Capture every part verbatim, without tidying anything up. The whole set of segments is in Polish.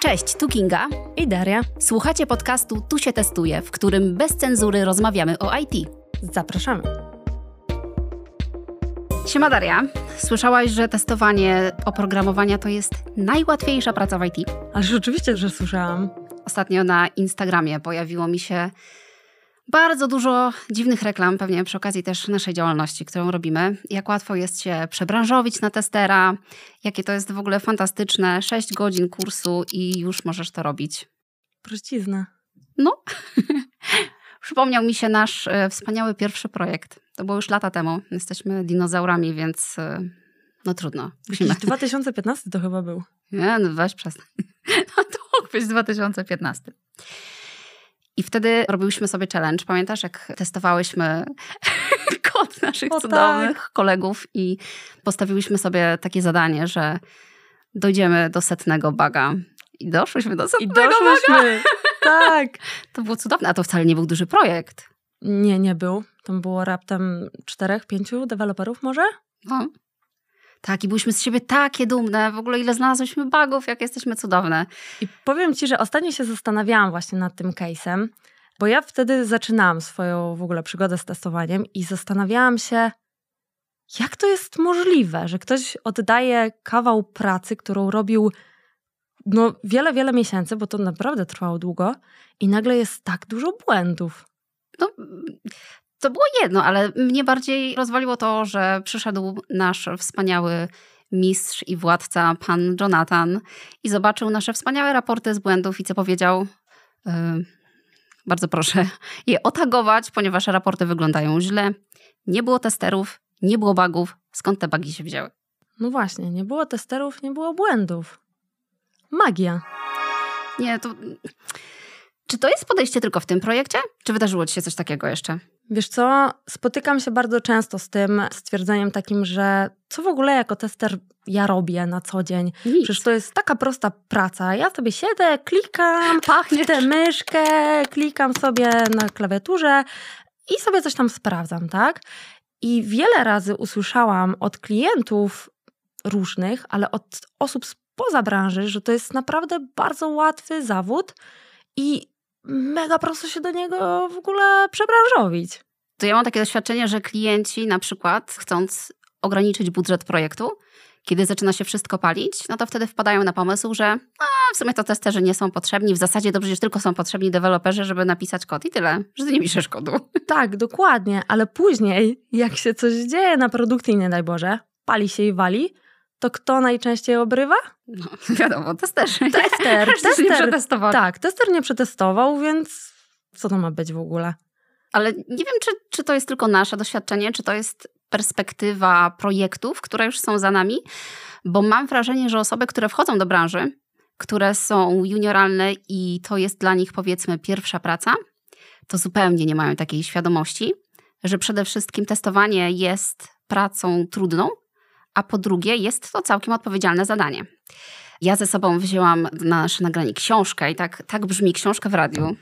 Cześć, tu Kinga i Daria. Słuchacie podcastu Tu się testuje, w którym bez cenzury rozmawiamy o I T. Zapraszamy. Siema Daria, słyszałaś, że testowanie oprogramowania to jest najłatwiejsza praca w I T? Ależ oczywiście, że słyszałam. Ostatnio na Instagramie pojawiło mi się bardzo dużo dziwnych reklam, pewnie przy okazji też naszej działalności, którą robimy. Jak łatwo jest się przebranżowić na testera, jakie to jest w ogóle fantastyczne. sześć godzin kursu i już możesz to robić. Prościzna. No, przypomniał mi się nasz e, wspaniały pierwszy projekt. To było już lata temu. Jesteśmy dinozaurami, więc e, no trudno. Musimy. dwa tysiące piętnasty to chyba był. Nie, no weź przestań. No to mógł być dwa tysiące piętnasty. I wtedy robiłyśmy sobie challenge. Pamiętasz, jak testowałyśmy kod naszych o, cudownych tak. kolegów i postawiłyśmy sobie takie zadanie, że dojdziemy do setnego buga. I doszłyśmy do setnego I doszłyśmy. buga. Tak. To było cudowne, a to wcale nie był duży projekt. Nie, nie był. Tam było raptem czterech, pięciu deweloperów może? No. Tak, i byliśmy z siebie takie dumne. W ogóle ile znalazłyśmy bugów, jak jesteśmy cudowne. I powiem ci, że ostatnio się zastanawiałam właśnie nad tym case'em, bo ja wtedy zaczynałam swoją w ogóle przygodę z testowaniem i zastanawiałam się, jak to jest możliwe, że ktoś oddaje kawał pracy, którą robił no, wiele, wiele miesięcy, bo to naprawdę trwało długo i nagle jest tak dużo błędów. No, to było jedno, ale mnie bardziej rozwaliło to, że przyszedł nasz wspaniały mistrz i władca, pan Jonathan, i zobaczył nasze wspaniałe raporty z błędów i co powiedział? Yy, bardzo proszę je otagować, ponieważ raporty wyglądają źle. Nie było testerów, nie było bugów. Skąd te bugi się wzięły? No właśnie, nie było testerów, nie było błędów. Magia. Nie, to... Czy to jest podejście tylko w tym projekcie? Czy wydarzyło ci się coś takiego jeszcze? Wiesz co, spotykam się bardzo często z tym stwierdzeniem takim, że co w ogóle jako tester ja robię na co dzień? Nic. Przecież to jest taka prosta praca. Ja sobie siedzę, klikam, pachnie tę myszkę, klikam sobie na klawiaturze i sobie coś tam sprawdzam, tak? I wiele razy usłyszałam od klientów różnych, ale od osób spoza branży, że to jest naprawdę bardzo łatwy zawód i mega prosto się do niego w ogóle przebranżowić. To ja mam takie doświadczenie, że klienci na przykład chcąc ograniczyć budżet projektu, kiedy zaczyna się wszystko palić, no to wtedy wpadają na pomysł, że a, w sumie to testerzy nie są potrzebni, w zasadzie to przecież tylko są potrzebni deweloperzy, żeby napisać kod i tyle, że ty nie piszesz kodu. Tak, dokładnie, ale później jak się coś dzieje na produkcji, nie daj Boże, pali się i wali, to kto najczęściej obrywa? No wiadomo, testerzy. Tester, tester. Nie przetestował. Tak, tester nie przetestował, więc co to ma być w ogóle? Ale nie wiem, czy, czy to jest tylko nasze doświadczenie, czy to jest perspektywa projektów, które już są za nami, bo mam wrażenie, że osoby, które wchodzą do branży, które są junioralne i to jest dla nich powiedzmy pierwsza praca, to zupełnie nie mają takiej świadomości, że przede wszystkim testowanie jest pracą trudną, a po drugie jest to całkiem odpowiedzialne zadanie. Ja ze sobą wzięłam na nasze nagranie książkę i tak, tak brzmi książka w radiu.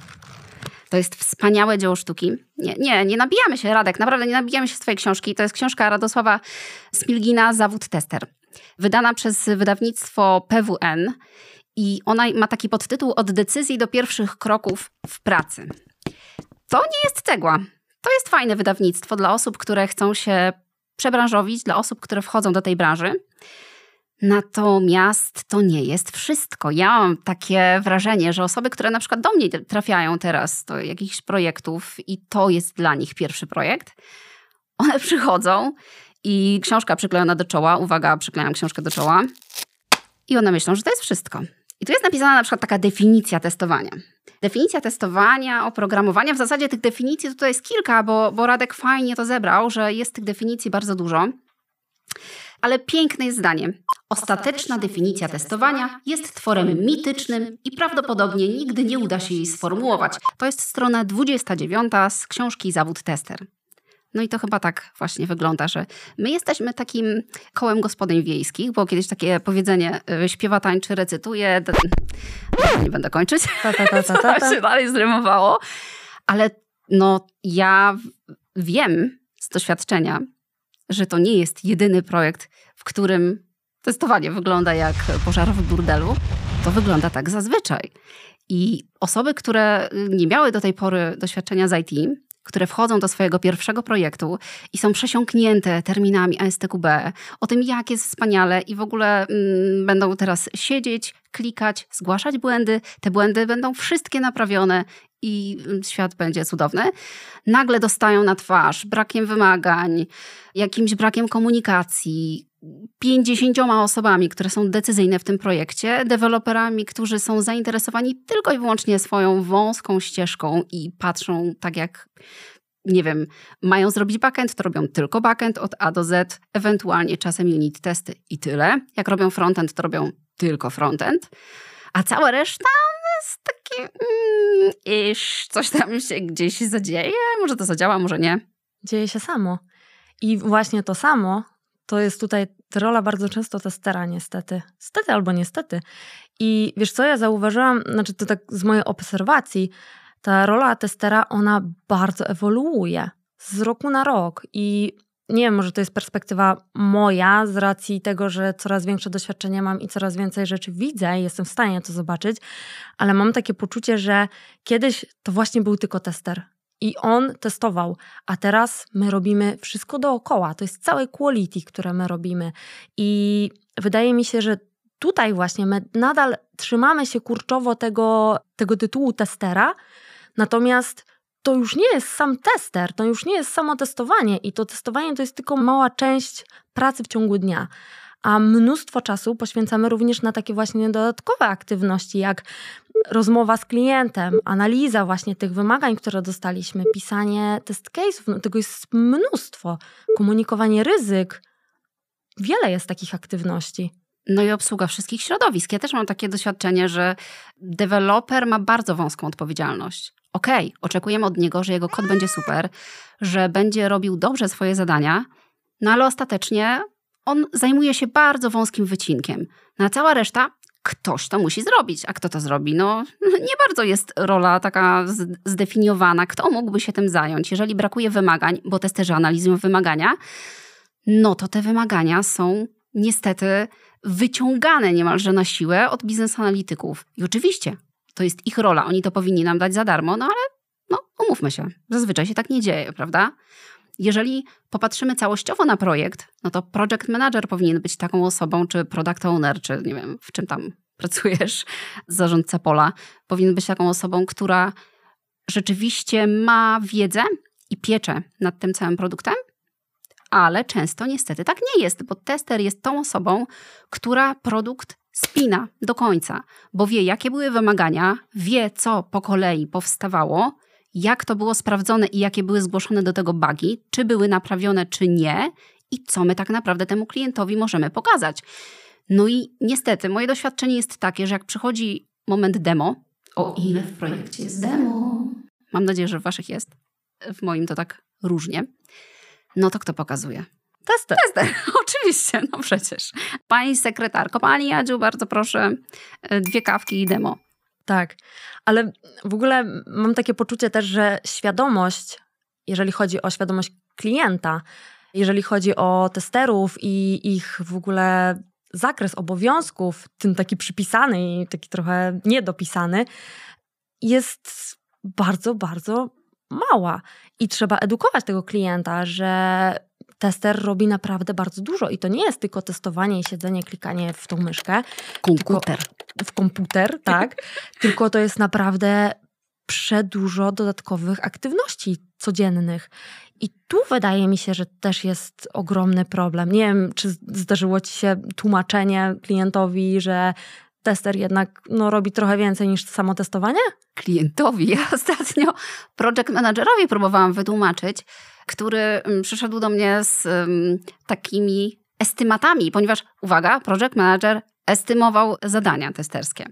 To jest wspaniałe dzieło sztuki. Nie, nie, nie nabijamy się, Radek, naprawdę nie nabijamy się z twojej książki. To jest książka Radosława Smilgina, Zawód tester. Wydana przez wydawnictwo P W N i ona ma taki podtytuł Od decyzji do pierwszych kroków w pracy. To nie jest cegła. To jest fajne wydawnictwo dla osób, które chcą się przebranżowić, dla osób, które wchodzą do tej branży. Natomiast to nie jest wszystko. Ja mam takie wrażenie, że osoby, które na przykład do mnie trafiają teraz do jakichś projektów i to jest dla nich pierwszy projekt, one przychodzą i książka przyklejona do czoła, uwaga, przyklejam książkę do czoła i one myślą, że to jest wszystko. I tu jest napisana na przykład taka definicja testowania. Definicja testowania, oprogramowania. W zasadzie tych definicji tutaj jest kilka, bo, bo Radek fajnie to zebrał, że jest tych definicji bardzo dużo. Ale piękne jest zdanie. Ostateczna definicja testowania jest tworem mitycznym i prawdopodobnie nigdy nie uda się jej sformułować. To jest strona dwudziesta dziewiąta z książki Zawód tester. No i to chyba tak właśnie wygląda, że my jesteśmy takim kołem gospodyń wiejskich, było kiedyś takie powiedzenie śpiewa, tańczy, recytuje. Nie będę kończyć, Ta, ta, ta, ta, ta, ta. co się dalej zrymowało. Ale no ja wiem z doświadczenia, że to nie jest jedyny projekt, w którym testowanie wygląda jak pożar w burdelu. to wygląda tak zazwyczaj. I osoby, które nie miały do tej pory doświadczenia z I T, które wchodzą do swojego pierwszego projektu i są przesiąknięte terminami A S T Q B, o tym, jak jest wspaniale i w ogóle mm, będą teraz siedzieć, klikać, zgłaszać błędy. Te błędy będą wszystkie naprawione i świat będzie cudowny. Nagle dostają na twarz brakiem wymagań, jakimś brakiem komunikacji, pięćdziesięcioma osobami, które są decyzyjne w tym projekcie, deweloperami, którzy są zainteresowani tylko i wyłącznie swoją wąską ścieżką i patrzą tak jak, nie wiem, mają zrobić backend, to robią tylko backend od A do Z, ewentualnie czasem unit testy i tyle. Jak robią frontend, to robią tylko frontend, a cała reszta jest taki mm, iż coś tam się gdzieś zadzieje, może to zadziała, może nie. Dzieje się samo. I właśnie to samo to jest tutaj rola bardzo często testera niestety. Stety albo niestety. I wiesz co, ja zauważyłam, znaczy to tak z mojej obserwacji, ta rola testera, ona bardzo ewoluuje z roku na rok. I nie wiem, może to jest perspektywa moja z racji tego, że coraz większe doświadczenie mam i coraz więcej rzeczy widzę i jestem w stanie to zobaczyć, ale mam takie poczucie, że kiedyś to właśnie był tylko tester. I on testował, a teraz my robimy wszystko dookoła. To jest całe quality, które my robimy. I wydaje mi się, że tutaj właśnie my nadal trzymamy się kurczowo tego, tego tytułu testera, natomiast to już nie jest sam tester, to już nie jest samo testowanie i to testowanie to jest tylko mała część pracy w ciągu dnia. A mnóstwo czasu poświęcamy również na takie właśnie dodatkowe aktywności, jak rozmowa z klientem, analiza właśnie tych wymagań, które dostaliśmy, pisanie test case'ów, no tego jest mnóstwo, komunikowanie ryzyk. Wiele jest takich aktywności. No i obsługa wszystkich środowisk. Ja też mam takie doświadczenie, że deweloper ma bardzo wąską odpowiedzialność. Okej, okay, oczekujemy od niego, że jego kod będzie super, że będzie robił dobrze swoje zadania, no ale ostatecznie on zajmuje się bardzo wąskim wycinkiem. No a cała reszta, ktoś to musi zrobić. A kto to zrobi? No nie bardzo jest rola taka zdefiniowana. Kto mógłby się tym zająć? Jeżeli brakuje wymagań, bo testerzy analizują wymagania, no to te wymagania są niestety wyciągane niemalże na siłę od biznes analityków. I oczywiście to jest ich rola. Oni to powinni nam dać za darmo, no ale no, umówmy się. Zazwyczaj się tak nie dzieje, prawda? Jeżeli popatrzymy całościowo na projekt, no to project manager powinien być taką osobą, czy product owner, czy nie wiem, w czym tam pracujesz, zarządca pola, powinien być taką osobą, która rzeczywiście ma wiedzę i pieczę nad tym całym produktem, ale często niestety tak nie jest, bo tester jest tą osobą, która produkt spina do końca, bo wie, jakie były wymagania, wie, co po kolei powstawało, jak to było sprawdzone i jakie były zgłoszone do tego bugi, czy były naprawione, czy nie i co my tak naprawdę temu klientowi możemy pokazać. No i niestety moje doświadczenie jest takie, że jak przychodzi moment demo, o ile w projekcie jest demo, mam nadzieję, że w waszych jest, w moim to tak różnie, no to kto pokazuje? Tester. Tester, oczywiście, no przecież. Pani sekretarko, pani Jadziu, bardzo proszę, dwie kawki i demo. Tak, ale w ogóle mam takie poczucie też, że świadomość, jeżeli chodzi o świadomość klienta, jeżeli chodzi o testerów i ich w ogóle zakres obowiązków, ten taki przypisany i taki trochę niedopisany, jest bardzo, bardzo mała. I trzeba edukować tego klienta, że tester robi naprawdę bardzo dużo i to nie jest tylko testowanie i siedzenie, klikanie w tą myszkę. Komputer. Tylko, w komputer, tak. Tylko to jest naprawdę przedużo dodatkowych aktywności codziennych. I tu wydaje mi się, że też jest ogromny problem. Nie wiem, czy zdarzyło ci się tłumaczenie klientowi, że tester jednak no, robi trochę więcej niż samo testowanie? Klientowi. Ja ostatnio project managerowi próbowałam wytłumaczyć, który przyszedł do mnie z um, takimi estymatami, ponieważ, uwaga, project manager estymował zadania testerskie.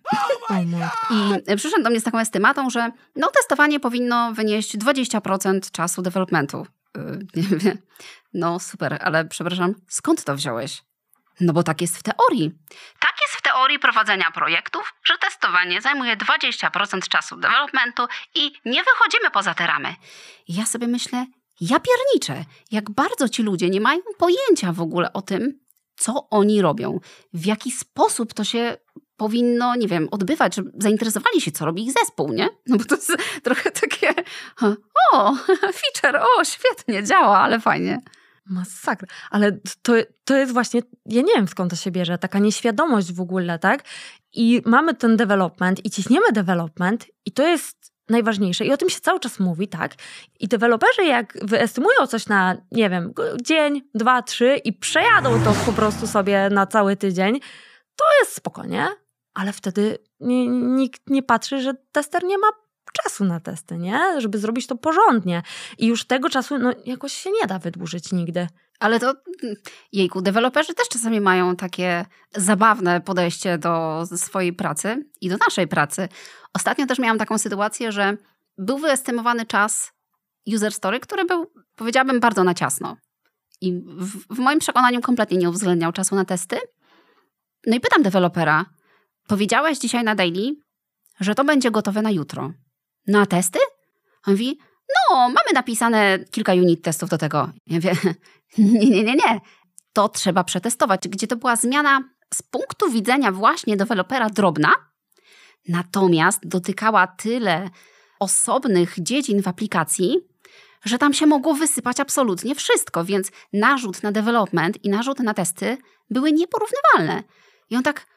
I przyszedł do mnie z taką estymatą, że no, testowanie powinno wynieść dwadzieścia procent czasu developmentu. Yy, no super, ale przepraszam, skąd to wziąłeś? No bo tak jest w teorii. Tak jest w teorii prowadzenia projektów, że testowanie zajmuje dwadzieścia procent czasu developmentu i nie wychodzimy poza te ramy. I ja sobie myślę, ja pierniczę, jak bardzo ci ludzie nie mają pojęcia w ogóle o tym, co oni robią, w jaki sposób to się powinno, nie wiem, odbywać, żeby zainteresowali się, co robi ich zespół, nie? No bo to jest trochę takie, o, feature, o, świetnie, działa, ale fajnie. Masakra. Ale to, to jest właśnie, ja nie wiem skąd to się bierze, taka nieświadomość w ogóle, tak? I mamy ten development i ciśniemy development i to jest najważniejsze. I o tym się cały czas mówi, tak? I deweloperzy jak wyestymują coś na, nie wiem, dzień, dwa, trzy i przejadą to po prostu sobie na cały tydzień, to jest spoko, nie? Ale wtedy nie, nikt nie patrzy, że tester nie ma czasu na testy, nie? Żeby zrobić to porządnie. I już tego czasu no, jakoś się nie da wydłużyć nigdy. Ale to, jejku, deweloperzy też czasami mają takie zabawne podejście do swojej pracy i do naszej pracy. Ostatnio też miałam taką sytuację, że był wyestymowany czas user story, który był, powiedziałabym, bardzo na ciasno. I w, w moim przekonaniu kompletnie nie uwzględniał czasu na testy. No i pytam dewelopera, powiedziałeś dzisiaj na daily, że to będzie gotowe na jutro. Na testy? On mówi, no mamy napisane kilka unit testów do tego. Ja mówię, nie, nie, nie, nie. To trzeba przetestować. Gdzie to była zmiana z punktu widzenia właśnie dewelopera drobna, natomiast dotykała tyle osobnych dziedzin w aplikacji, że tam się mogło wysypać absolutnie wszystko, więc narzut na development i narzut na testy były nieporównywalne. I on tak,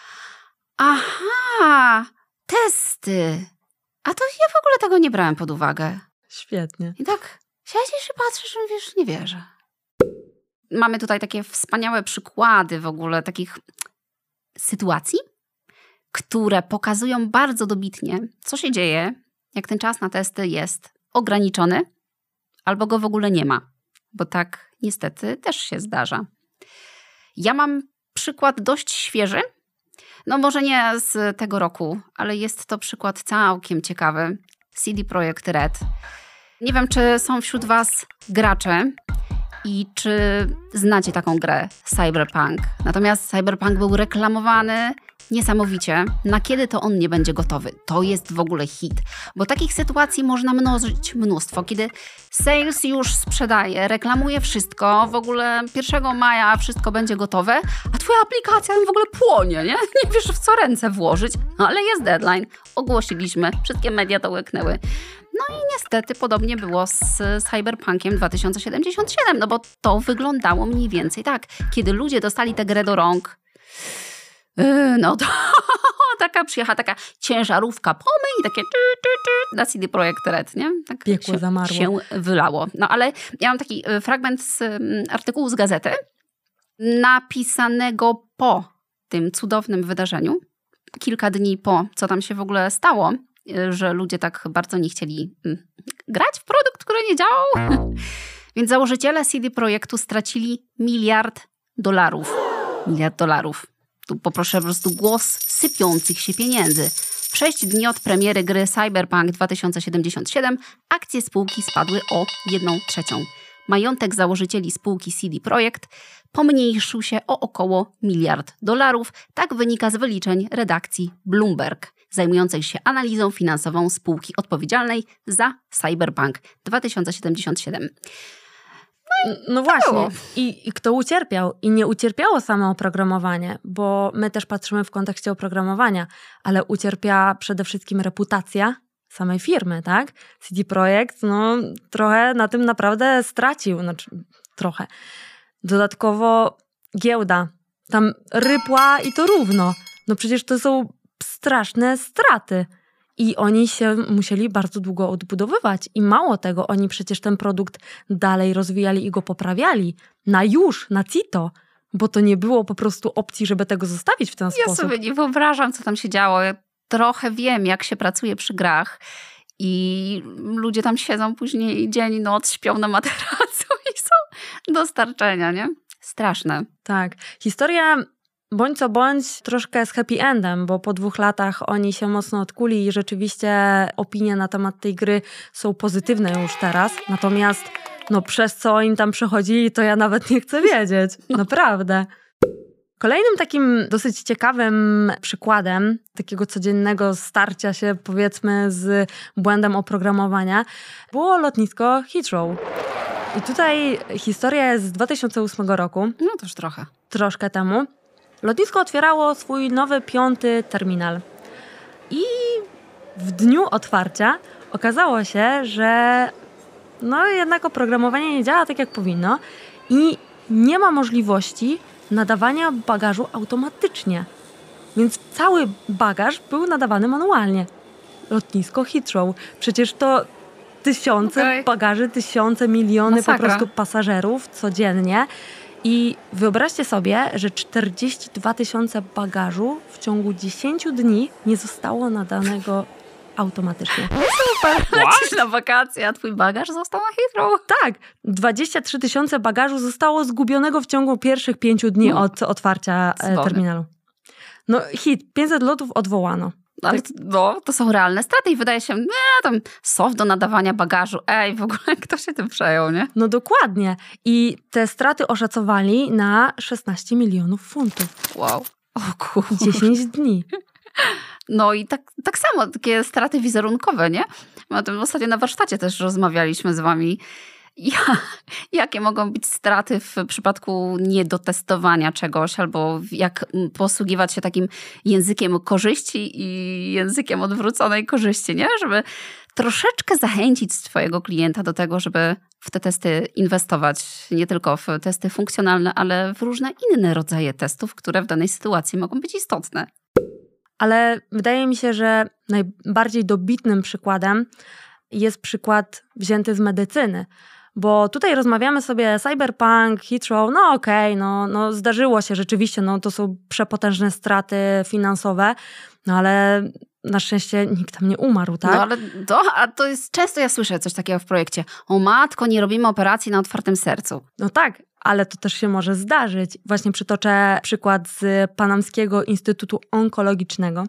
aha, testy. A to ja w ogóle tego nie brałem pod uwagę. Świetnie. I tak siedzisz i patrzysz, wiesz, nie wierzę. Mamy tutaj takie wspaniałe przykłady w ogóle takich sytuacji, które pokazują bardzo dobitnie, co się dzieje, jak ten czas na testy jest ograniczony albo go w ogóle nie ma. Bo tak niestety też się zdarza. Ja mam przykład dość świeży. No może nie z tego roku, ale jest to przykład całkiem ciekawy. C D Projekt Red. Nie wiem, czy są wśród was gracze i czy znacie taką grę Cyberpunk. Natomiast Cyberpunk był reklamowany niesamowicie. Na kiedy to on nie będzie gotowy? To jest w ogóle hit. Bo takich sytuacji można mnożyć mnóstwo. Kiedy sales już sprzedaje, reklamuje wszystko, w ogóle pierwszego maja wszystko będzie gotowe, a twoja aplikacja w ogóle płonie, nie? Nie wiesz, w co ręce włożyć. Ale jest deadline. Ogłosiliśmy. Wszystkie media to łyknęły. No i niestety podobnie było z Cyberpunkiem dwa tysiące siedemdziesiąt siedem, no bo to wyglądało mniej więcej tak. Kiedy ludzie dostali tę grę do rąk, Yy, no to taka przyjechała taka ciężarówka pomy i takie ty, ty, ty, na C D Projekt Red, nie? Tak piekło się, zamarło. się wylało. No ale ja mam taki fragment z um, artykułu z gazety napisanego po tym cudownym wydarzeniu. Kilka dni po, co tam się w ogóle stało, że ludzie tak bardzo nie chcieli um, grać w produkt, który nie działał. Więc założyciele C D Projektu stracili miliard dolarów. Miliard dolarów. Tu poproszę po prostu głos sypiących się pieniędzy. W sześć dni od premiery gry Cyberpunk dwa tysiące siedemdziesiąt siedem akcje spółki spadły o jedną trzecią. Majątek założycieli spółki C D Projekt pomniejszył się o około miliard dolarów. Tak wynika z wyliczeń redakcji Bloomberg, zajmującej się analizą finansową spółki odpowiedzialnej za Cyberpunk dwa tysiące siedemdziesiąt siedem. No, no właśnie. I, I kto ucierpiał? I nie ucierpiało samo oprogramowanie, bo my też patrzymy w kontekście oprogramowania, ale ucierpiała przede wszystkim reputacja samej firmy, tak? C D Projekt, no trochę na tym naprawdę stracił, znaczy trochę. Dodatkowo giełda, tam rypła i to równo. No przecież to są straszne straty. I oni się musieli bardzo długo odbudowywać. I mało tego, oni przecież ten produkt dalej rozwijali i go poprawiali. Na już, na cito. Bo to nie było po prostu opcji, żeby tego zostawić w ten ja sposób. Ja sobie nie wyobrażam, co tam się działo. Ja trochę wiem, jak się pracuje przy grach. I ludzie tam siedzą później dzień, noc, śpią na materacu i są dostarczenia, nie? Straszne. Tak. Historia... Bądź co bądź troszkę z happy endem, bo po dwóch latach oni się mocno odkuli i rzeczywiście opinie na temat tej gry są pozytywne już teraz. Natomiast no przez co oni tam przechodzili, to ja nawet nie chcę wiedzieć. Naprawdę. Kolejnym takim dosyć ciekawym przykładem takiego codziennego starcia się, powiedzmy, z błędem oprogramowania było lotnisko Heathrow. I tutaj historia jest z dwa tysiące ósmego roku. No to już trochę. Troszkę temu. lotnisko otwierało swój nowy, piąty terminal. I w dniu otwarcia okazało się, że no jednak oprogramowanie nie działa tak, jak powinno i nie ma możliwości nadawania bagażu automatycznie. Więc cały bagaż był nadawany manualnie. Lotnisko Heathrow. Przecież to tysiące okay. bagaży, tysiące, miliony Masakra. po prostu pasażerów codziennie. I wyobraźcie sobie, że czterdzieści dwa tysiące bagażu w ciągu dziesięć dni nie zostało nadanego automatycznie. Super, lecisz na wakacje, a twój bagaż został na Heathrow. Tak, dwadzieścia trzy tysiące bagażu zostało zgubionego w ciągu pierwszych pięciu dni no. od otwarcia Zbony. terminalu. No hit, pięćset lotów odwołano. Ale to, no, to są realne straty i wydaje się, nie, tam soft do nadawania bagażu. Ej, w ogóle kto się tym przejął, nie? No dokładnie. I te straty oszacowali na szesnaście milionów funtów. Wow. O kurde. dziesięć dni. No i tak, tak samo, takie straty wizerunkowe, nie? O tym ostatnio na warsztacie też rozmawialiśmy z wami. Ja, jakie mogą być straty w przypadku niedotestowania czegoś, albo jak posługiwać się takim językiem korzyści i językiem odwróconej korzyści, nie? Żeby troszeczkę zachęcić swojego klienta do tego, żeby w te testy inwestować, nie tylko w testy funkcjonalne, ale w różne inne rodzaje testów, które w danej sytuacji mogą być istotne. Ale wydaje mi się, że najbardziej dobitnym przykładem jest przykład wzięty z medycyny. Bo tutaj rozmawiamy sobie Cyberpunk, Heathrow, no okej, okay, no, no zdarzyło się rzeczywiście, no to są przepotężne straty finansowe, no ale na szczęście nikt tam nie umarł, tak? No ale to, a to jest, często ja słyszę coś takiego w projekcie, o matko, nie robimy operacji na otwartym sercu. No tak, ale to też się może zdarzyć. Właśnie przytoczę przykład z Panamskiego Instytutu Onkologicznego.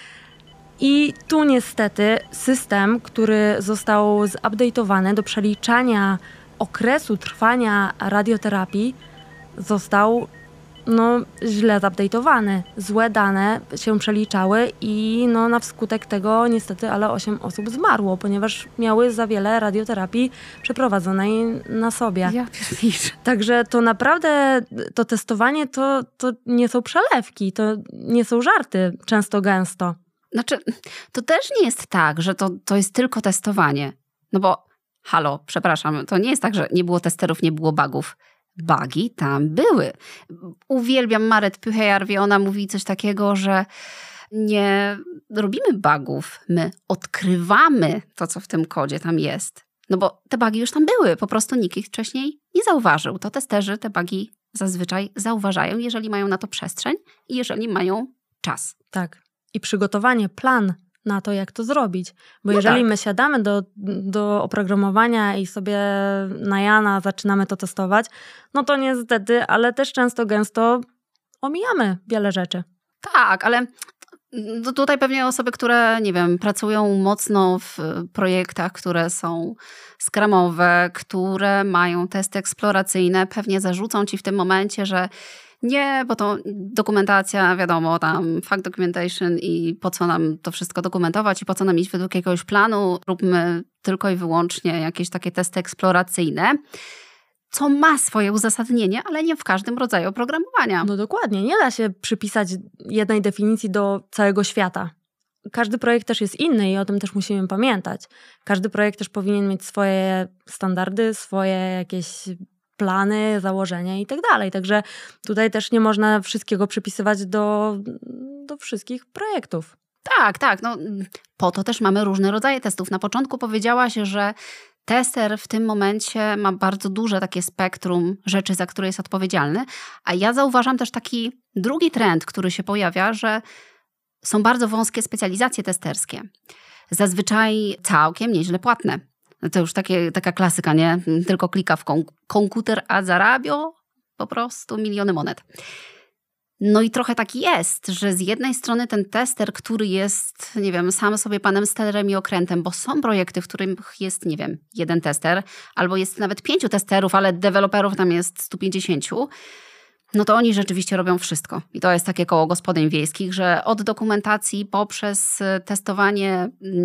I tu niestety system, który został zupdate'owany do przeliczania okresu trwania radioterapii, został no, źle zupdate'owany. Złe dane się przeliczały i no, na wskutek tego niestety ale osiem osób zmarło, ponieważ miały za wiele radioterapii przeprowadzonej na sobie. Ja pierniczę. Także to naprawdę to testowanie to, to nie są przelewki, to nie są żarty często gęsto. Znaczy, to też nie jest tak, że to, to jest tylko testowanie. No bo, halo, przepraszam, to nie jest tak, że nie było testerów, nie było bugów. Bugi tam były. Uwielbiam Maret Pychejarwie, ona mówi coś takiego, że nie robimy bugów, my odkrywamy to, co w tym kodzie tam jest. No bo te bugi już tam były, po prostu nikt ich wcześniej nie zauważył. To testerzy te bugi zazwyczaj zauważają, jeżeli mają na to przestrzeń i jeżeli mają czas. Tak. I przygotowanie, plan na to, jak to zrobić. Bo no jeżeli tak. my siadamy do, do oprogramowania i sobie na Jana zaczynamy to testować, no to niestety, ale też często, gęsto omijamy wiele rzeczy. Tak, ale to tutaj pewnie osoby, które, nie wiem, pracują mocno w projektach, które są skramowe, które mają testy eksploracyjne, pewnie zarzucą ci w tym momencie, że nie, bo to dokumentacja, wiadomo, tam fact documentation i po co nam to wszystko dokumentować i po co nam iść według jakiegoś planu. Róbmy tylko i wyłącznie jakieś takie testy eksploracyjne, co ma swoje uzasadnienie, ale nie w każdym rodzaju oprogramowania. No dokładnie, nie da się przypisać jednej definicji do całego świata. Każdy projekt też jest inny i o tym też musimy pamiętać. Każdy projekt też powinien mieć swoje standardy, swoje jakieś plany, założenia i tak dalej. Także tutaj też nie można wszystkiego przypisywać do, do wszystkich projektów. Tak, tak. No, po to też mamy różne rodzaje testów. Na początku powiedziałaś, że tester w tym momencie ma bardzo duże takie spektrum rzeczy, za które jest odpowiedzialny, a ja zauważam też taki drugi trend, który się pojawia, że są bardzo wąskie specjalizacje testerskie. Zazwyczaj całkiem nieźle płatne. To już takie, taka klasyka, nie? Tylko klika w kom- komputer, a zarabio po prostu miliony monet. No i trochę tak jest, że z jednej strony ten tester, który jest, nie wiem, sam sobie panem sterem i okrętem, bo są projekty, w których jest, nie wiem, jeden tester, albo jest nawet pięciu testerów, ale deweloperów tam jest sto pięćdziesiąt, no to oni rzeczywiście robią wszystko. I to jest takie koło gospodyń wiejskich, że od dokumentacji poprzez testowanie,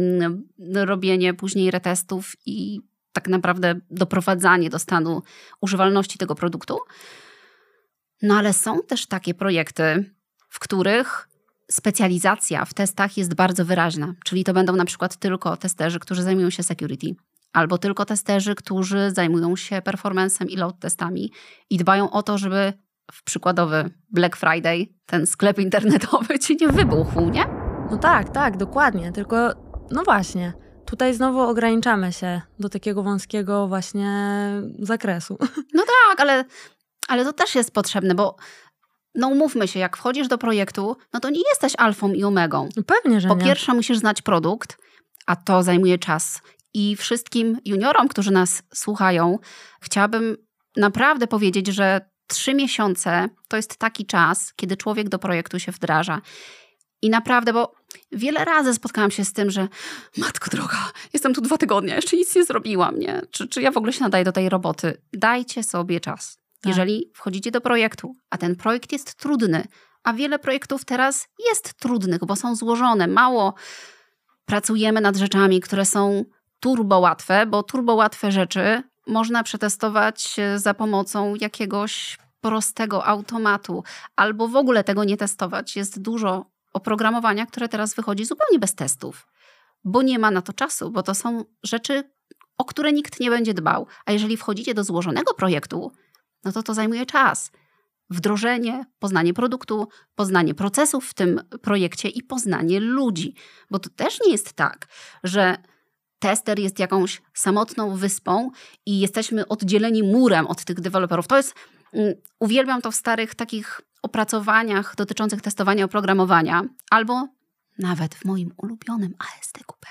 robienie później retestów i tak naprawdę doprowadzanie do stanu używalności tego produktu. No ale są też takie projekty, w których specjalizacja w testach jest bardzo wyraźna. Czyli to będą na przykład tylko testerzy, którzy zajmują się security, albo tylko testerzy, którzy zajmują się performance'em i load testami i dbają o to, żeby w przykładowy Black Friday ten sklep internetowy ci nie wybuchł, nie? No tak, tak, dokładnie. Tylko, no właśnie, tutaj znowu ograniczamy się do takiego wąskiego właśnie zakresu. No tak, ale, ale to też jest potrzebne, bo no umówmy się, jak wchodzisz do projektu, no to nie jesteś alfą i omegą. No pewnie, że Po nie. pierwsze musisz znać produkt, a to zajmuje czas. I wszystkim juniorom, którzy nas słuchają, chciałabym naprawdę powiedzieć, że trzy miesiące to jest taki czas, kiedy człowiek do projektu się wdraża. I naprawdę, bo wiele razy spotkałam się z tym, że matko droga, jestem tu dwa tygodnie, jeszcze nic nie zrobiłam, nie? Czy, czy ja w ogóle się nadaję do tej roboty? Dajcie sobie czas. Tak. Jeżeli wchodzicie do projektu, a ten projekt jest trudny, a wiele projektów teraz jest trudnych, bo są złożone, mało pracujemy nad rzeczami, które są turbo łatwe, bo turbo łatwe rzeczy można przetestować za pomocą jakiegoś prostego automatu, albo w ogóle tego nie testować. Jest dużo oprogramowania, które teraz wychodzi zupełnie bez testów, bo nie ma na to czasu, bo to są rzeczy, o które nikt nie będzie dbał. A jeżeli wchodzicie do złożonego projektu, no to to zajmuje czas. Wdrożenie, poznanie produktu, poznanie procesów w tym projekcie i poznanie ludzi. Bo to też nie jest tak, że tester jest jakąś samotną wyspą i jesteśmy oddzieleni murem od tych deweloperów. To jest, um, uwielbiam to w starych takich opracowaniach dotyczących testowania oprogramowania, albo nawet w moim ulubionym A S T Q P,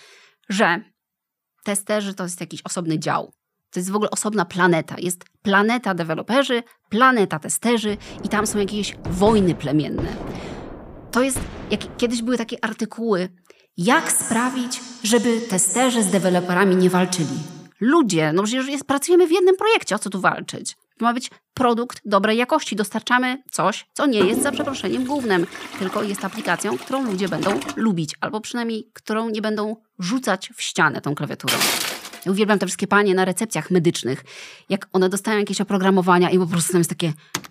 że testerzy to jest jakiś osobny dział. To jest w ogóle osobna planeta. Jest planeta deweloperzy, planeta testerzy i tam są jakieś wojny plemienne. To jest, jak kiedyś były takie artykuły, jak sprawić, żeby testerzy z deweloperami nie walczyli. Ludzie, no przecież jest, pracujemy w jednym projekcie, o co tu walczyć? To ma być produkt dobrej jakości. Dostarczamy coś, co nie jest za przeproszeniem gównem, tylko jest aplikacją, którą ludzie będą lubić, albo przynajmniej którą nie będą rzucać w ścianę tą klawiaturą. Ja uwielbiam te wszystkie panie na recepcjach medycznych, jak one dostają jakieś oprogramowania i po prostu tam jest takie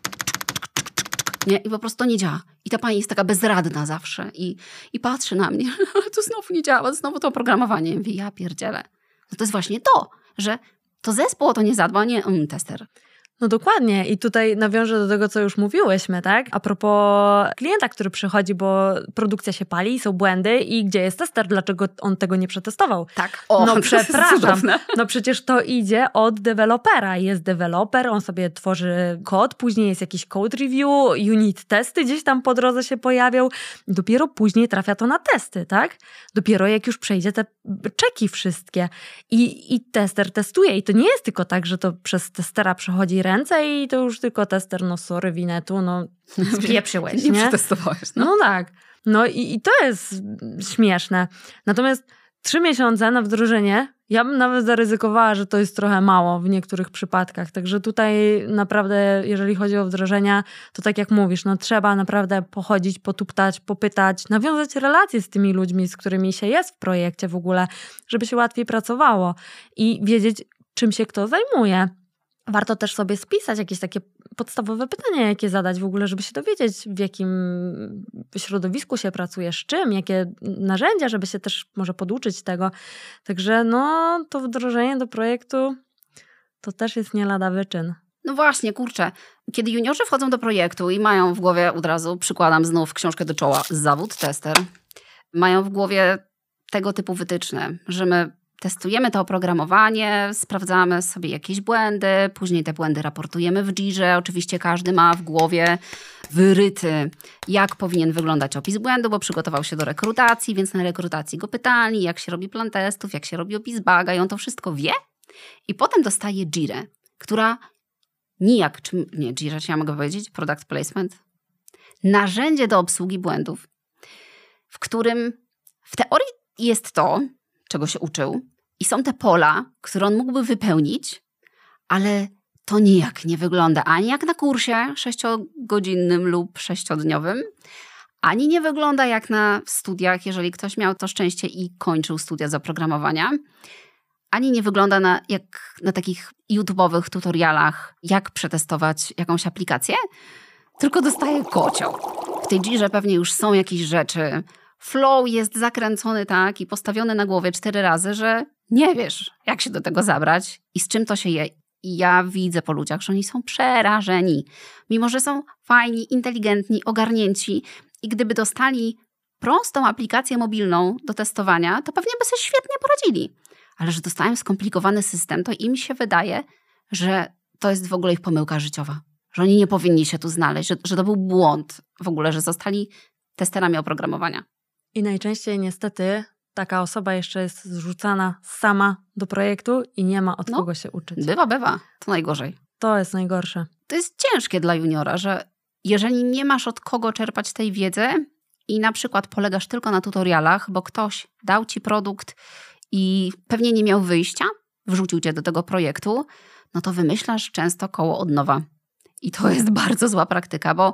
nie? I po prostu to nie działa. I ta pani jest taka bezradna zawsze i, i patrzy na mnie, ale to znowu nie działa, znowu to oprogramowanie. Ja mówię, ja pierdzielę. No to jest właśnie to, że to zespół o to nie zadba, nie mm, tester. No dokładnie i tutaj nawiążę do tego, co już mówiłyśmy, tak? A propos klienta, który przychodzi, bo produkcja się pali, są błędy i gdzie jest tester, dlaczego on tego nie przetestował? Tak. O, no przepraszam, no przecież to idzie od dewelopera. Jest deweloper, on sobie tworzy kod, później jest jakiś code review, unit testy gdzieś tam po drodze się pojawią. Dopiero później trafia to na testy, tak? Dopiero jak już przejdzie te czeki wszystkie i, i tester testuje. I to nie jest tylko tak, że to przez testera przechodzi ręce i to już tylko tester, no sorry, winetu, no spieprzyłeś, nie? Nie przetestowałeś, no. No tak. No i, i to jest śmieszne. Natomiast trzy miesiące na wdrożenie, ja bym nawet zaryzykowała, że to jest trochę mało w niektórych przypadkach. Także tutaj naprawdę, jeżeli chodzi o wdrożenia, to tak jak mówisz, no trzeba naprawdę pochodzić, potuptać, popytać, nawiązać relacje z tymi ludźmi, z którymi się jest w projekcie w ogóle, żeby się łatwiej pracowało i wiedzieć, czym się kto zajmuje. Warto też sobie spisać jakieś takie podstawowe pytania, jakie zadać w ogóle, żeby się dowiedzieć, w jakim środowisku się pracuje, z czym, jakie narzędzia, żeby się też może poduczyć tego. Także no, to wdrożenie do projektu to też jest nie lada wyczyn. No właśnie, kurczę. Kiedy juniorzy wchodzą do projektu i mają w głowie od razu, przykładam znów książkę do czoła, zawód tester, mają w głowie tego typu wytyczne, że my testujemy to oprogramowanie, sprawdzamy sobie jakieś błędy, później te błędy raportujemy w Jirze. Oczywiście każdy ma w głowie wyryty, jak powinien wyglądać opis błędu, bo przygotował się do rekrutacji, więc na rekrutacji go pytali, jak się robi plan testów, jak się robi opis buga i on to wszystko wie. I potem dostaje Jirę, która nijak, czy nie, Jira, czy ja mogę powiedzieć, product placement, narzędzie do obsługi błędów, w którym w teorii jest to, czego się uczył i są te pola, które on mógłby wypełnić, ale to nijak nie wygląda ani jak na kursie sześciogodzinnym lub sześciodniowym, ani nie wygląda jak na studiach, jeżeli ktoś miał to szczęście i kończył studia z oprogramowania, ani nie wygląda na, jak na takich YouTube'owych tutorialach, jak przetestować jakąś aplikację, tylko dostaje kocioł. w tej Jirze pewnie już są jakieś rzeczy. Flow jest zakręcony tak i postawiony na głowie cztery razy, że nie wiesz, jak się do tego zabrać i z czym to się je. I ja widzę po ludziach, że oni są przerażeni. Mimo że są fajni, inteligentni, ogarnięci i gdyby dostali prostą aplikację mobilną do testowania, to pewnie by sobie świetnie poradzili. Ale że dostają skomplikowany system, to im się wydaje, że to jest w ogóle ich pomyłka życiowa. Że oni nie powinni się tu znaleźć, że, że to był błąd w ogóle, że zostali testerami oprogramowania. I najczęściej niestety taka osoba jeszcze jest zrzucana sama do projektu i nie ma od no, kogo się uczyć. Bywa, bywa. To najgorzej. To jest najgorsze. To jest ciężkie dla juniora, że jeżeli nie masz od kogo czerpać tej wiedzy i na przykład polegasz tylko na tutorialach, bo ktoś dał ci produkt i pewnie nie miał wyjścia, wrzucił cię do tego projektu, no to wymyślasz często koło od nowa. I to jest bardzo zła praktyka, bo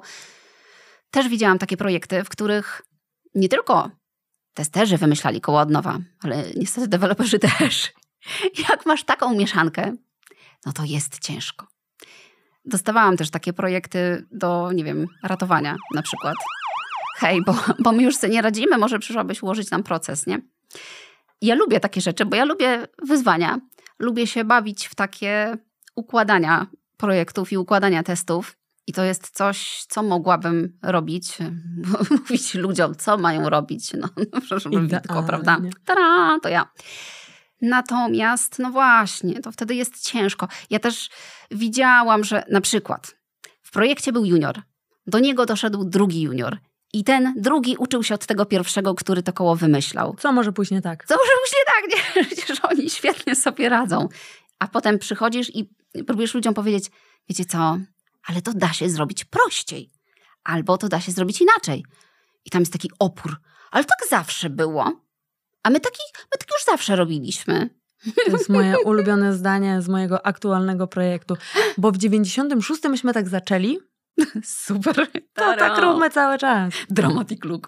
też widziałam takie projekty, w których nie tylko testerzy wymyślali koło od nowa, ale niestety deweloperzy też. Jak masz taką mieszankę, no to jest ciężko. Dostawałam też takie projekty do, nie wiem, ratowania na przykład. Hej, bo, bo my już sobie nie radzimy, może przyszłabyś ułożyć nam proces, nie? Ja lubię takie rzeczy, bo ja lubię wyzwania. Lubię się bawić w takie układania projektów i układania testów. I to jest coś, co mogłabym robić, mówić ludziom, co mają robić. No, proszę tylko, prawda? Tada, to ja. Natomiast, no właśnie, to wtedy jest ciężko. Ja też widziałam, że na przykład w projekcie był junior, do niego doszedł drugi junior i ten drugi uczył się od tego pierwszego, który to koło wymyślał. Co może pójść nie tak? Co może pójść nie tak, nie? Przecież oni świetnie sobie radzą. A potem przychodzisz i próbujesz ludziom powiedzieć, wiecie co, ale to da się zrobić prościej. Albo to da się zrobić inaczej. I tam jest taki opór. Ale tak zawsze było. A my taki, my tak już zawsze robiliśmy. To jest moje ulubione zdanie z mojego aktualnego projektu. Bo w dziewięćdziesiątym szóstym myśmy tak zaczęli. Super. To tak róbmy cały czas. Dramatic look.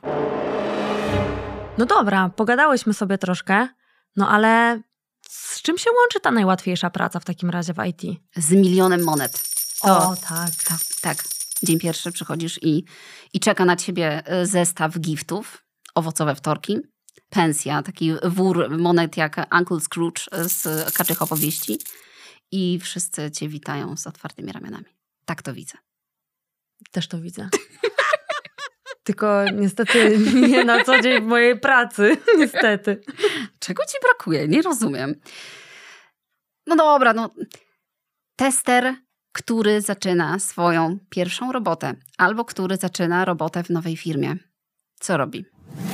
No dobra, pogadałyśmy sobie troszkę. No ale z czym się łączy ta najłatwiejsza praca w takim razie w I T? Z milionem monet. To, o, tak. tak. Tak. Dzień pierwszy przychodzisz i, i czeka na ciebie zestaw giftów, owocowe wtorki, pensja, taki wór monet jak Uncle Scrooge z Kaczych Opowieści i wszyscy cię witają z otwartymi ramionami. Tak to widzę. Też to widzę. Tylko niestety nie na co dzień w mojej pracy. Niestety. Czego ci brakuje? Nie rozumiem. No dobra, no. Tester, który zaczyna swoją pierwszą robotę albo który zaczyna robotę w nowej firmie. Co robi?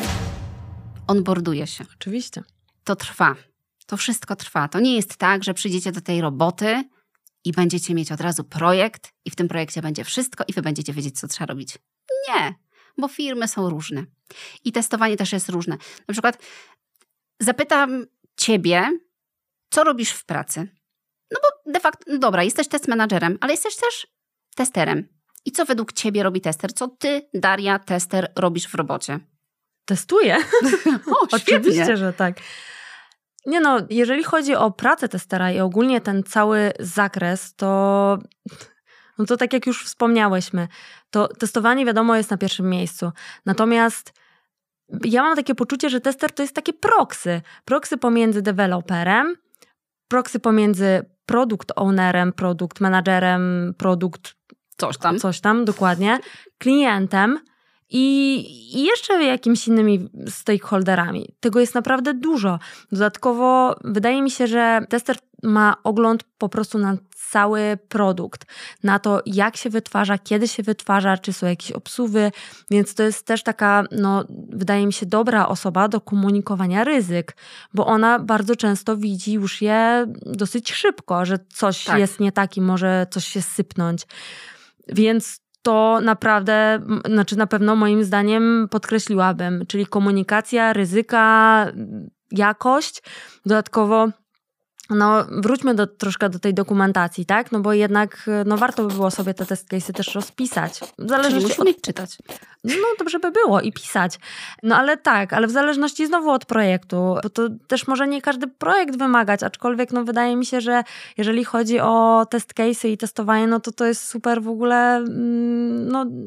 Onboarduje się. Oczywiście. To trwa. To wszystko trwa. To nie jest tak, że przyjdziecie do tej roboty i będziecie mieć od razu projekt i w tym projekcie będzie wszystko i wy będziecie wiedzieć, co trzeba robić. Nie, bo firmy są różne. I testowanie też jest różne. Na przykład zapytam ciebie, co robisz w pracy? No bo de facto, no dobra, jesteś test managerem, ale jesteś też testerem. I co według ciebie robi tester? Co ty, Daria, tester, robisz w robocie? Testuję. O, oczywiście, że tak. Nie no, jeżeli chodzi o pracę testera i ogólnie ten cały zakres, to, no to tak jak już wspomniałyśmy, to testowanie wiadomo jest na pierwszym miejscu. Natomiast ja mam takie poczucie, że tester to jest takie proxy. Proxy pomiędzy deweloperem, proxy pomiędzy product ownerem, product managerem, produkt coś tam, coś tam dokładnie, klientem i, i jeszcze jakimiś innymi stakeholderami. Tego jest naprawdę dużo. Dodatkowo wydaje mi się, że tester ma ogląd po prostu na cały produkt, na to jak się wytwarza, kiedy się wytwarza, czy są jakieś obsuwy, więc to jest też taka, no wydaje mi się, dobra osoba do komunikowania ryzyk, bo ona bardzo często widzi już je dosyć szybko, że coś tak. jest nie tak i może coś się sypnąć. Więc to naprawdę, znaczy na pewno moim zdaniem podkreśliłabym, czyli komunikacja, ryzyka, jakość, dodatkowo no wróćmy do, troszkę do tej dokumentacji, tak? No bo jednak no warto by było sobie te test case'y też rozpisać. W zależności Czyli musimy od... czytać. No dobrze by było i pisać. No ale tak, ale w zależności znowu od projektu, bo to też może nie każdy projekt wymagać, aczkolwiek no wydaje mi się, że jeżeli chodzi o test case'y i testowanie, no to to jest super w ogóle no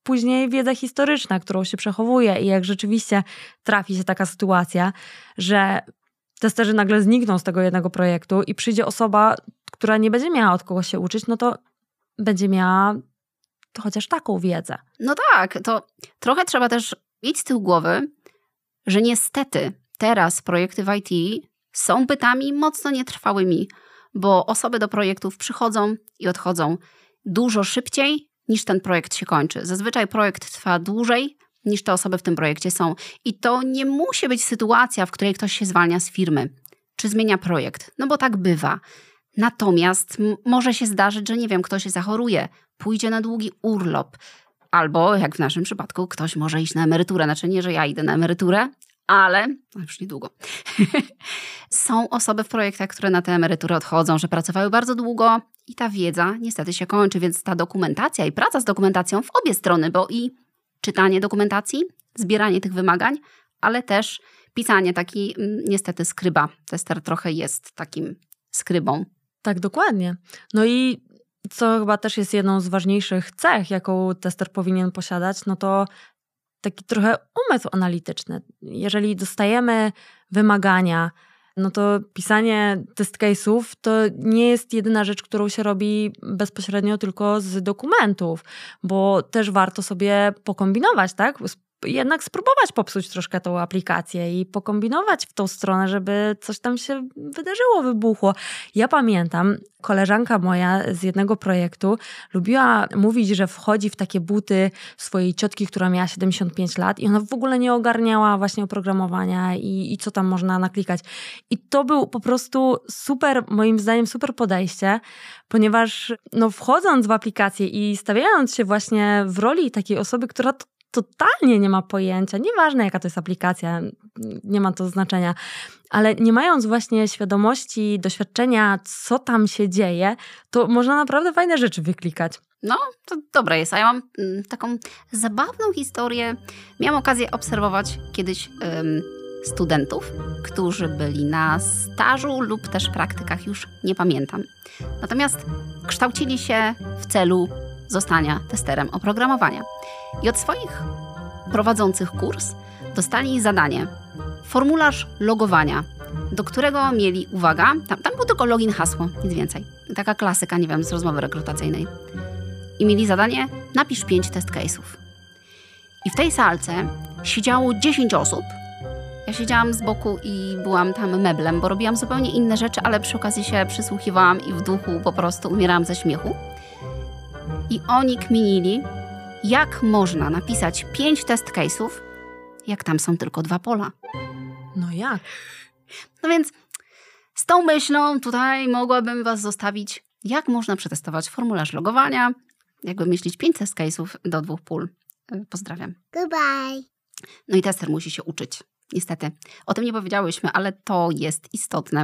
później wiedza historyczna, którą się przechowuje i jak rzeczywiście trafi się taka sytuacja, że testerzy nagle znikną z tego jednego projektu i przyjdzie osoba, która nie będzie miała od kogo się uczyć, no to będzie miała to chociaż taką wiedzę. No tak, to trochę trzeba też mieć z tyłu głowy, że niestety teraz projekty w I T są bytami mocno nietrwałymi, bo osoby do projektów przychodzą i odchodzą dużo szybciej niż ten projekt się kończy. Zazwyczaj projekt trwa dłużej niż te osoby w tym projekcie są. I to nie musi być sytuacja, w której ktoś się zwalnia z firmy, czy zmienia projekt, no bo tak bywa. Natomiast m- może się zdarzyć, że nie wiem, ktoś zachoruje, pójdzie na długi urlop, albo jak w naszym przypadku ktoś może iść na emeryturę. Znaczy nie, że ja idę na emeryturę, ale no już niedługo. Są osoby w projektach, które na tę emeryturę odchodzą, że pracowały bardzo długo i ta wiedza niestety się kończy, więc ta dokumentacja i praca z dokumentacją w obie strony, bo i czytanie dokumentacji, zbieranie tych wymagań, ale też pisanie, taki niestety skryba. Tester trochę jest takim skrybą. Tak, dokładnie. No i co chyba też jest jedną z ważniejszych cech, jaką tester powinien posiadać, no to taki trochę umysł analityczny. Jeżeli dostajemy wymagania, no to pisanie test case'ów to nie jest jedyna rzecz, którą się robi bezpośrednio tylko z dokumentów, bo też warto sobie pokombinować, tak? Jednak spróbować popsuć troszkę tą aplikację i pokombinować w tą stronę, żeby coś tam się wydarzyło, wybuchło. Ja pamiętam, koleżanka moja z jednego projektu lubiła mówić, że wchodzi w takie buty swojej ciotki, która miała siedemdziesiąt pięć lat i ona w ogóle nie ogarniała właśnie oprogramowania i, i co tam można naklikać. I to był po prostu super, moim zdaniem super podejście, ponieważ no, wchodząc w aplikację i stawiając się właśnie w roli takiej osoby, która to totalnie nie ma pojęcia, nieważne jaka to jest aplikacja, nie ma to znaczenia, ale nie mając właśnie świadomości, doświadczenia, co tam się dzieje, to można naprawdę fajne rzeczy wyklikać. No, to dobre jest. A ja mam mm, taką zabawną historię. Miałam okazję obserwować kiedyś ym, studentów, którzy byli na stażu lub też praktykach, już nie pamiętam. Natomiast kształcili się w celu zostania testerem oprogramowania. I od swoich prowadzących kurs dostali zadanie, formularz logowania, do którego mieli, uwaga, tam, tam był tylko login, hasło, nic więcej. Taka klasyka, nie wiem, z rozmowy rekrutacyjnej. I mieli zadanie, napisz pięć test case'ów. I w tej salce siedziało dziesięć osób. Ja siedziałam z boku i byłam tam meblem, bo robiłam zupełnie inne rzeczy, ale przy okazji się przysłuchiwałam i w duchu po prostu umierałam ze śmiechu. I oni kminili, jak można napisać pięć test case'ów, jak tam są tylko dwa pola. No jak? No więc z tą myślą tutaj mogłabym was zostawić, jak można przetestować formularz logowania, jak wymyślić pięć test case'ów do dwóch pól. Pozdrawiam. Goodbye. No i tester musi się uczyć, niestety. O tym nie powiedziałyśmy, ale to jest istotne.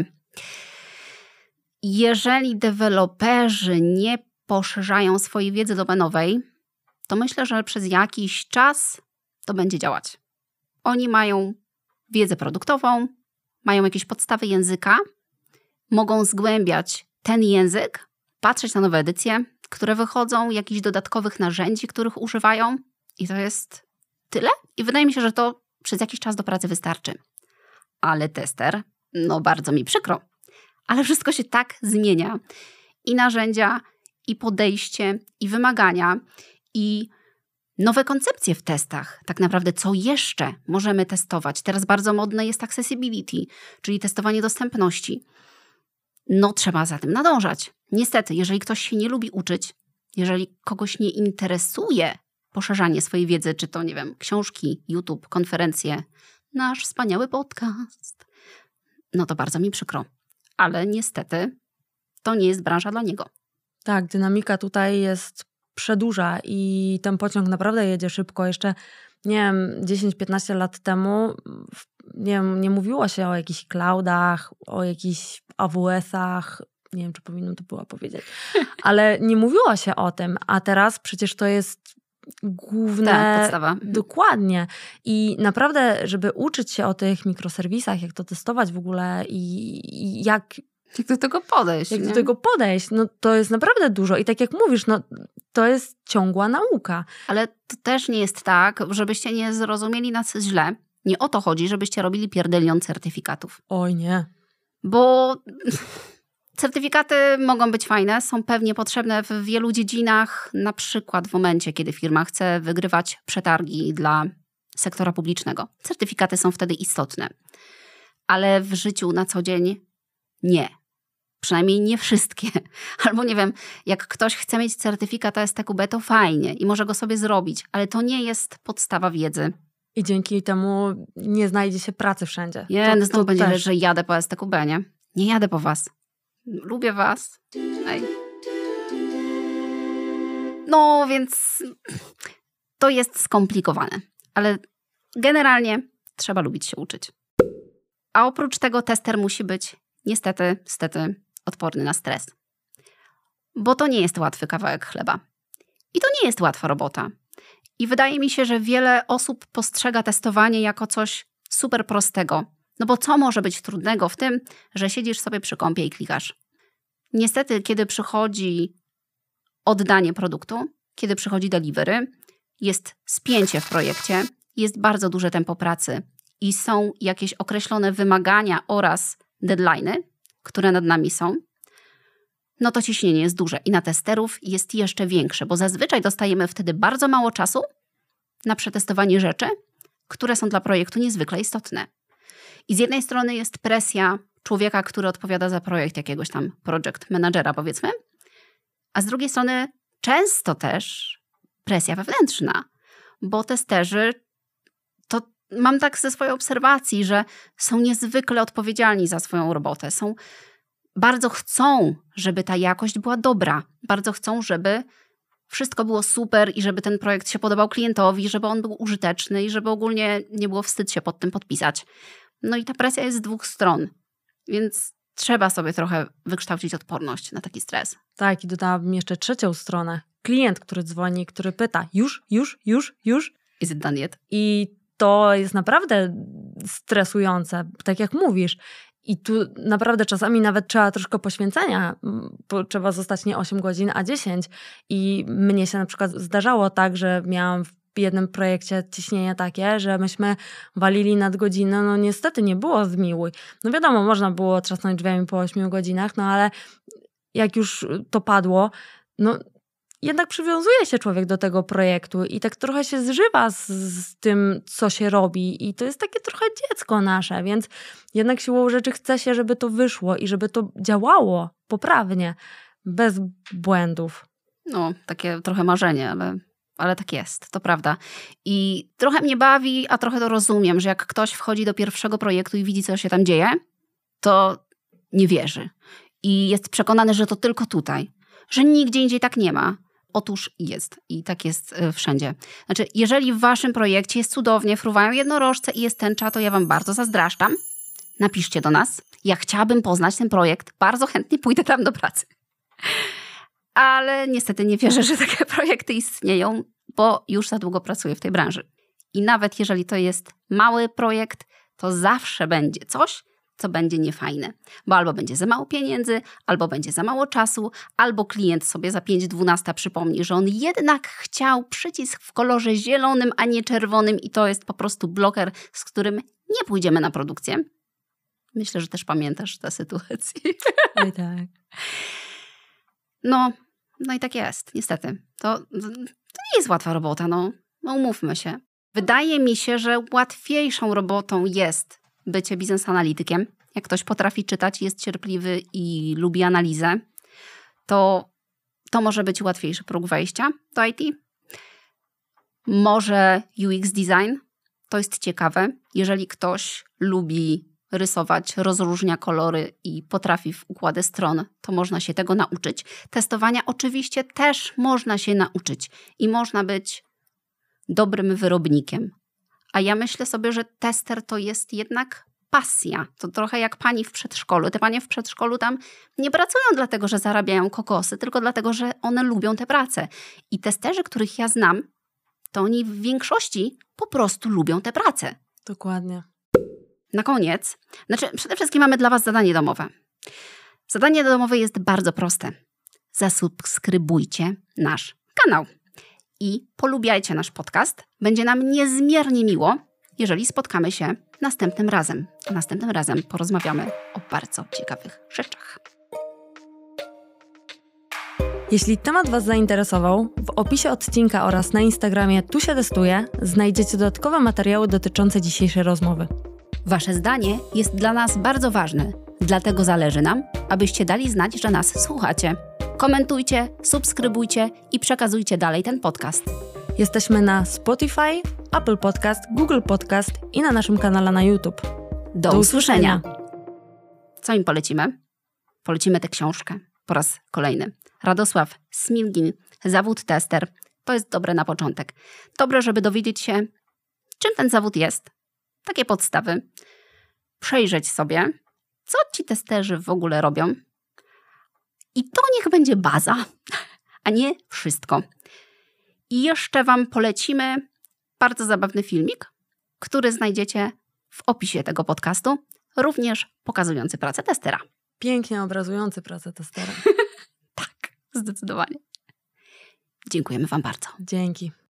Jeżeli deweloperzy nie poszerzają swojej wiedzy domenowej, to myślę, że przez jakiś czas to będzie działać. Oni mają wiedzę produktową, mają jakieś podstawy języka, mogą zgłębiać ten język, patrzeć na nowe edycje, które wychodzą, jakichś dodatkowych narzędzi, których używają i to jest tyle. I wydaje mi się, że to przez jakiś czas do pracy wystarczy. Ale tester, no bardzo mi przykro, ale wszystko się tak zmienia. I narzędzia, i podejście, i wymagania, i nowe koncepcje w testach. Tak naprawdę co jeszcze możemy testować? Teraz bardzo modne jest accessibility, czyli testowanie dostępności. No trzeba za tym nadążać. Niestety, jeżeli ktoś się nie lubi uczyć, jeżeli kogoś nie interesuje poszerzanie swojej wiedzy, czy to, nie wiem, książki, YouTube, konferencje, nasz wspaniały podcast, no to bardzo mi przykro. Ale niestety to nie jest branża dla niego. Tak, dynamika tutaj jest przedłuża i ten pociąg naprawdę jedzie szybko. Jeszcze, nie wiem, dziesięć piętnaście lat temu nie wiem, nie mówiło się o jakichś cloudach, o jakichś A W S-ach, nie wiem, czy powinnam to była powiedzieć, ale nie mówiło się o tym, a teraz przecież to jest główne... Tak, podstawa. Dokładnie. I naprawdę, żeby uczyć się o tych mikroserwisach, jak to testować w ogóle i, i jak Jak do tego podejść? Jak nie? do tego podejść, no to jest naprawdę dużo. I tak jak mówisz, no to jest ciągła nauka. Ale to też nie jest tak, żebyście nie zrozumieli nas źle. Nie o to chodzi, żebyście robili pierdylion certyfikatów. Oj nie. Bo certyfikaty mogą być fajne, są pewnie potrzebne w wielu dziedzinach, na przykład w momencie, kiedy firma chce wygrywać przetargi dla sektora publicznego. Certyfikaty są wtedy istotne, ale w życiu na co dzień nie. Przynajmniej nie wszystkie. Albo nie wiem, jak ktoś chce mieć certyfikat A S T Q B, to fajnie i może go sobie zrobić, ale to nie jest podstawa wiedzy. I dzięki temu nie znajdzie się pracy wszędzie. Nie, to, znowu będzie, też. że jadę po A S T Q B, nie? Nie jadę po was. Lubię was. Ej. No, więc to jest skomplikowane. Ale generalnie trzeba lubić się uczyć. A oprócz tego tester musi być niestety, stety odporny na stres. Bo to nie jest łatwy kawałek chleba. I to nie jest łatwa robota. I wydaje mi się, że wiele osób postrzega testowanie jako coś super prostego. No bo co może być trudnego w tym, że siedzisz sobie przy kompie i klikasz? Niestety, kiedy przychodzi oddanie produktu, kiedy przychodzi delivery, jest spięcie w projekcie, jest bardzo duże tempo pracy i są jakieś określone wymagania oraz deadline'y, które nad nami są, no to ciśnienie jest duże i na testerów jest jeszcze większe, bo zazwyczaj dostajemy wtedy bardzo mało czasu na przetestowanie rzeczy, które są dla projektu niezwykle istotne. I z jednej strony jest presja człowieka, który odpowiada za projekt, jakiegoś tam project managera powiedzmy, a z drugiej strony często też presja wewnętrzna, bo testerzy, to mam tak ze swojej obserwacji, że są niezwykle odpowiedzialni za swoją robotę, są bardzo chcą, żeby ta jakość była dobra, bardzo chcą, żeby wszystko było super i żeby ten projekt się podobał klientowi, żeby on był użyteczny i żeby ogólnie nie było wstyd się pod tym podpisać. No i ta presja jest z dwóch stron, więc trzeba sobie trochę wykształcić odporność na taki stres. Tak, i dodałabym jeszcze trzecią stronę. Klient, który dzwoni, który pyta już, już, już, już. Is it done yet? I to jest naprawdę stresujące, tak jak mówisz. I tu naprawdę czasami nawet trzeba troszkę poświęcenia, bo trzeba zostać nie osiem godzin, a dziesięć. I mnie się na przykład zdarzało tak, że miałam w jednym projekcie ciśnienie takie, że myśmy walili nadgodzinę, no niestety nie było zmiłuj. No wiadomo, można było trzasnąć drzwiami po ośmiu godzinach, no ale jak już to padło, no jednak przywiązuje się człowiek do tego projektu i tak trochę się zżywa z, z tym, co się robi i to jest takie trochę dziecko nasze, więc jednak siłą rzeczy chce się, żeby to wyszło i żeby to działało poprawnie, bez błędów. No, takie trochę marzenie, ale, ale tak jest, to prawda. I trochę mnie bawi, a trochę to rozumiem, że jak ktoś wchodzi do pierwszego projektu i widzi, co się tam dzieje, to nie wierzy. I jest przekonany, że to tylko tutaj, że nigdzie indziej tak nie ma. Otóż jest i tak jest wszędzie. Znaczy, jeżeli w waszym projekcie jest cudownie, fruwają jednorożce i jest tęcza, to ja wam bardzo zazdraszczam. Napiszcie do nas. Ja chciałabym poznać ten projekt. Bardzo chętnie pójdę tam do pracy. Ale niestety nie wierzę, że takie projekty istnieją, bo już za długo pracuję w tej branży. I nawet jeżeli to jest mały projekt, to zawsze będzie coś, co będzie niefajne. Bo albo będzie za mało pieniędzy, albo będzie za mało czasu, albo klient sobie za pięć dwanaście przypomni, że on jednak chciał przycisk w kolorze zielonym, a nie czerwonym i to jest po prostu bloker, z którym nie pójdziemy na produkcję. Myślę, że też pamiętasz tę sytuację. Oj tak. No, no i tak jest, niestety. To, to nie jest łatwa robota, no. no umówmy się. Wydaje mi się, że łatwiejszą robotą jest bycie biznes analitykiem. Jak ktoś potrafi czytać, jest cierpliwy i lubi analizę, to to może być łatwiejszy próg wejścia do I T. Może U X design, to jest ciekawe. Jeżeli ktoś lubi rysować, rozróżnia kolory i potrafi w układy stron, to można się tego nauczyć. Testowania oczywiście też można się nauczyć i można być dobrym wyrobnikiem. A ja myślę sobie, że tester to jest jednak pasja. To trochę jak pani w przedszkolu. Te panie w przedszkolu tam nie pracują dlatego, że zarabiają kokosy, tylko dlatego, że one lubią tę pracę. I testerzy, których ja znam, to oni w większości po prostu lubią tę pracę. Dokładnie. Na koniec, znaczy przede wszystkim mamy dla was zadanie domowe. Zadanie domowe jest bardzo proste. Zasubskrybujcie nasz kanał i polubiajcie nasz podcast. Będzie nam niezmiernie miło, jeżeli spotkamy się następnym razem. A następnym razem porozmawiamy o bardzo ciekawych rzeczach. Jeśli temat Was zainteresował, w opisie odcinka oraz na Instagramie Tu się testuje znajdziecie dodatkowe materiały dotyczące dzisiejszej rozmowy. Wasze zdanie jest dla nas bardzo ważne, dlatego zależy nam, abyście dali znać, że nas słuchacie. Komentujcie, subskrybujcie i przekazujcie dalej ten podcast. Jesteśmy na Spotify, Apple Podcast, Google Podcast i na naszym kanale na YouTube. Do, Do usłyszenia. usłyszenia. Co im polecimy? Polecimy tę książkę po raz kolejny. Radosław Smilgin, zawód tester. To jest dobre na początek. Dobre, żeby dowiedzieć się, czym ten zawód jest. Takie podstawy. Przejrzeć sobie, co ci testerzy w ogóle robią. I to niech będzie baza, a nie wszystko. I jeszcze Wam polecimy bardzo zabawny filmik, który znajdziecie w opisie tego podcastu, również pokazujący pracę testera. Pięknie obrazujący pracę testera. Tak, zdecydowanie. Dziękujemy Wam bardzo. Dzięki.